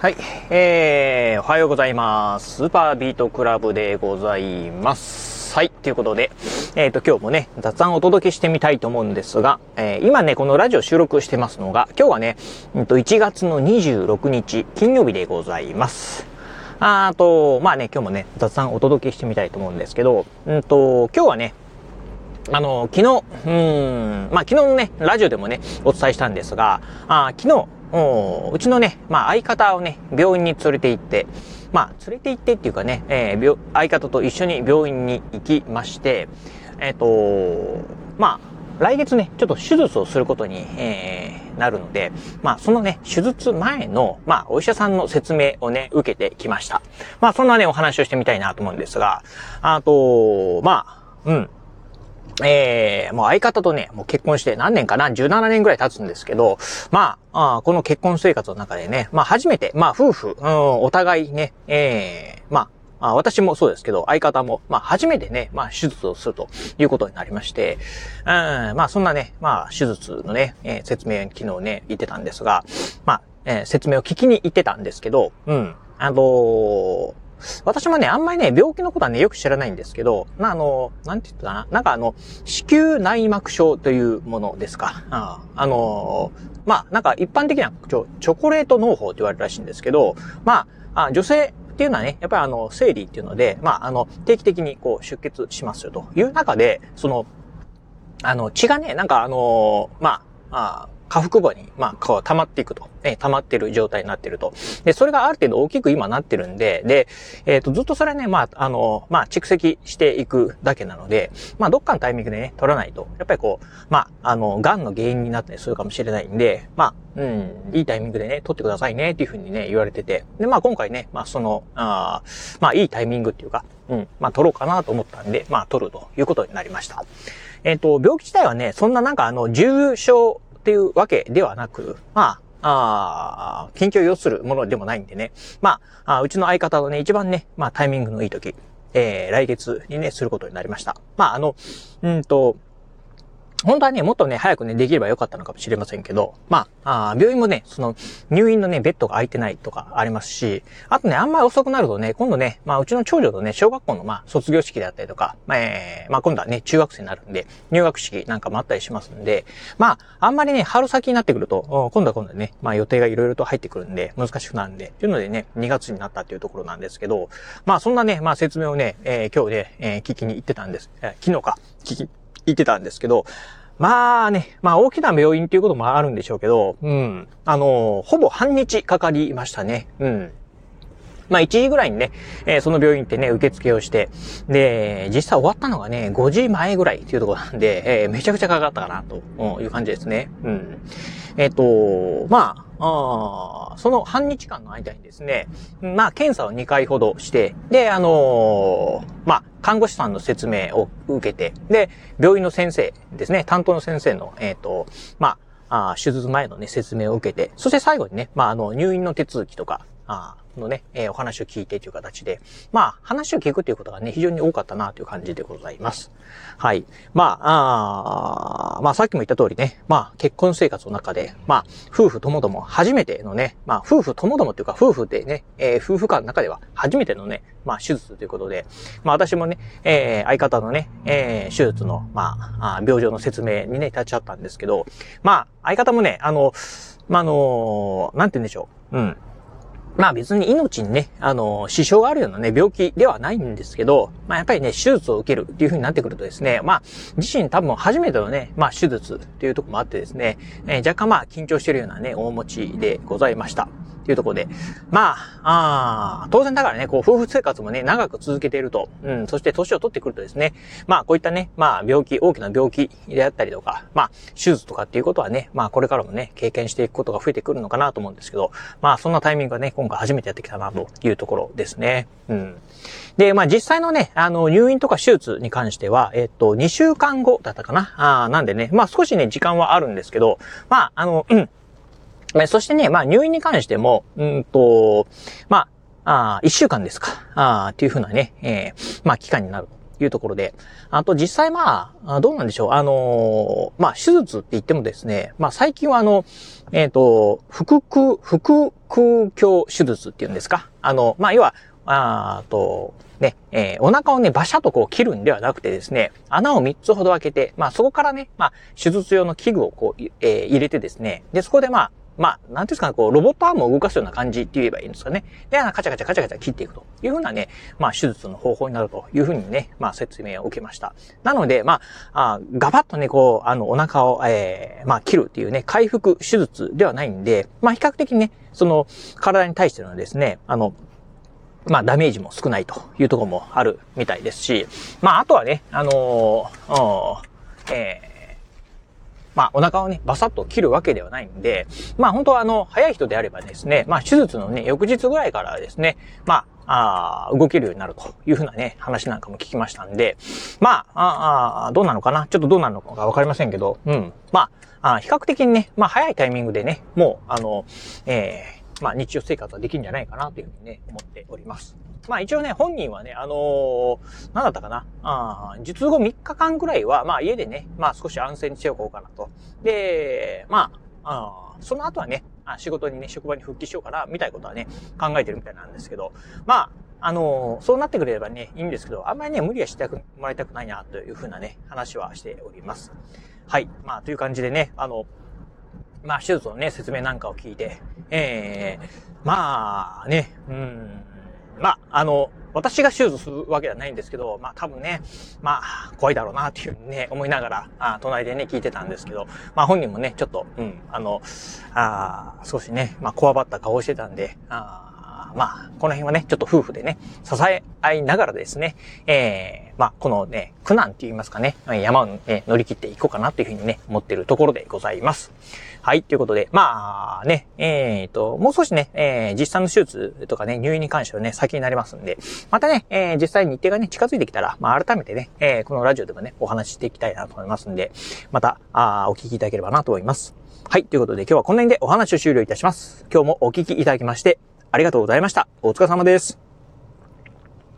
はい、おはようございます。スーパービートクラブでございます。はい、ということで、今日もね、雑談をお届けしてみたいと思うんですが、今ね、このラジオ収録してますのが、今日はね、1月の26日、金曜日でございます。まあね、今日もね、雑談をお届けしてみたいと思うんですけど、今日はね、昨日のね、ラジオでもね、お伝えしたんですが、昨日、うちのね、相方をね、病院に連れて行って、連れて行ってっていうかね、相方と一緒に病院に行きまして、来月ね、ちょっと手術をすることに、なるので、そのね、手術前の、お医者さんの説明をね、受けてきました。そんなね、お話をしてみたいなと思うんですが、もう相方とね、もう結婚して何年かな ?17 年ぐらい経つんですけど、この結婚生活の中でね、初めて、夫婦、お互いね、私もそうですけど、相方も、初めてね、手術をするということになりまして、そんなね、手術のね、説明昨日ね、言ってたんですが、説明を聞きに行ってたんですけど、私もね、あんまりね、病気のことはね、よく知らないんですけど、なんて言ったかな、子宮内膜症というものですか。一般的なチョコレート農法って言われるらしいんですけど、女性っていうのはね、やっぱり生理っていうので、定期的にこう出血しますよという中で、血がね、下腹部に、こう溜まっていくと。溜まってる状態になってると。で、それがある程度大きく今なってるんで、ずっとそれはね、蓄積していくだけなので、どっかのタイミングでね、取らないと、やっぱりこう、癌の原因になったりするかもしれないんで、いいタイミングでね、取ってくださいね、っていうふうにね、言われてて。で、今回ね、いいタイミングっていうか、取ろうかなと思ったんで、取るということになりました。病気自体はね、そんな重症っていうわけではなく、緊急を要するものでもないんでね。うちの相方のね、一番ね、タイミングのいい時、来月にね、することになりました。本当はね、もっとね、早くね、できればよかったのかもしれませんけど、病院もね、入院のね、ベッドが空いてないとかありますし、あとね、あんまり遅くなるとね、今度ね、うちの長女のね、小学校の卒業式であったりとか、今度はね、中学生になるんで、入学式なんかもあったりしますんで、あんまりね、春先になってくると、今度はね、予定がいろいろと入ってくるんで、難しくなるんで、というのでね、2月になったっていうところなんですけど、そんなね、説明をね、今日ね、聞きに行ってたんです。昨日か、言ってたんですけど、大きな病院っていうこともあるんでしょうけど、ほぼ半日かかりましたね。1時ぐらいにね、その病院ってね、受付をして、で、実際終わったのがね、5時前ぐらいっていうところなんで、めちゃくちゃかかったかな、という感じですね。その半日間の間にですね、検査を2回ほどして、で、看護師さんの説明を受けて、で、病院の先生ですね、担当の先生の、手術前のね、説明を受けて、そして最後にね、入院の手続きとか、のね、お話を聞いてという形で、話を聞くということがね、非常に多かったなという感じでございます。はい。さっきも言った通りね、結婚生活の中で、夫婦ともども初めてのね、夫婦ともどもというか、夫婦でね、夫婦間の中では初めてのね、手術ということで、私もね、相方のね、手術の、病状の説明にね、立ち会ったんですけど、相方もね、なんて言うんでしょう。別に命にね、支障があるようなね、病気ではないんですけど、やっぱりね、手術を受けるっていう風になってくるとですね、自身多分初めてのね、手術っていうところもあってですね、若干緊張しているようなね、面持ちでございました。っていうところで、当然だからね、こう、夫婦生活もね、長く続けていると、そして年を取ってくるとですね、こういったね、大きな病気であったりとか、手術とかっていうことはね、これからもね、経験していくことが増えてくるのかなと思うんですけど、そんなタイミングがね、今回初めてやってきたなというところですね。で、実際のね、入院とか手術に関しては、2週間後だったかな。なんでね、少しね、時間はあるんですけど、そしてね、入院に関しても、1週間ですか。っていうふうなね、期間になるというところで。あと実際どうなんでしょう。手術って言ってもですね、最近は腹腔空胸手術っていうんですか。まあ、要は、お腹をね、バシャッとこう切るんではなくてですね、穴を3つほど開けて、まあそこからね、まあ手術用の器具をこう、入れてですね、で、そこでなんていうんですかね、こう、ロボットアームを動かすような感じって言えばいいんですかね。で、カチャカチャ切っていくというふうなね、まあ手術の方法になるというふうにね、まあ説明を受けました。なので、ガバッとね、こう、お腹を、切るっていうね、回復手術ではないんで、まあ比較的ね、その、体に対してのですね、ダメージも少ないというところもあるみたいですし、あとはね、お腹をね、バサッと切るわけではないんで、本当は早い人であればですね、手術のね、翌日ぐらいからですね、動けるようになるというふうなね、話なんかも聞きましたんで、どうなのかなちょっとどうなるのかわかりませんけど、比較的にね、早いタイミングでね、もう、日常生活はできるんじゃないかなというふうにね、思っております。一応ね、本人はね、なんだったかな、術後3日間くらいは、家でね、少し安静にしておこうかなと。で、その後はね、仕事にね、職場に復帰しようかな、みたいなことはね、考えてるみたいなんですけど、そうなってくれればね、いいんですけど、あんまりね、無理はしてもらいたくないな、というふうなね、話はしております。はい。という感じでね、手術のね、説明なんかを聞いて、私が手術するわけではないんですけど、多分ね、怖いだろうなっていうふうにね、思いながら、隣でね、聞いてたんですけど、本人もね、ちょっと、少しね、こわばった顔をしてたんで、この辺はね、ちょっと夫婦でね、支え合いながらですね、このね、苦難って言いますかね、山をね、乗り切っていこうかなというふうにね、思っているところでございます。はい、ということで、もう少しね、実際の手術とかね、入院に関してはね、先になりますんで、またね、実際に日程がね、近づいてきたら、改めてね、このラジオでもね、お話ししていきたいなと思いますんで、また、お聞きいただければなと思います。はい、ということで今日はこの辺でお話を終了いたします。今日もお聞きいただきまして、ありがとうございました。お疲れ様です。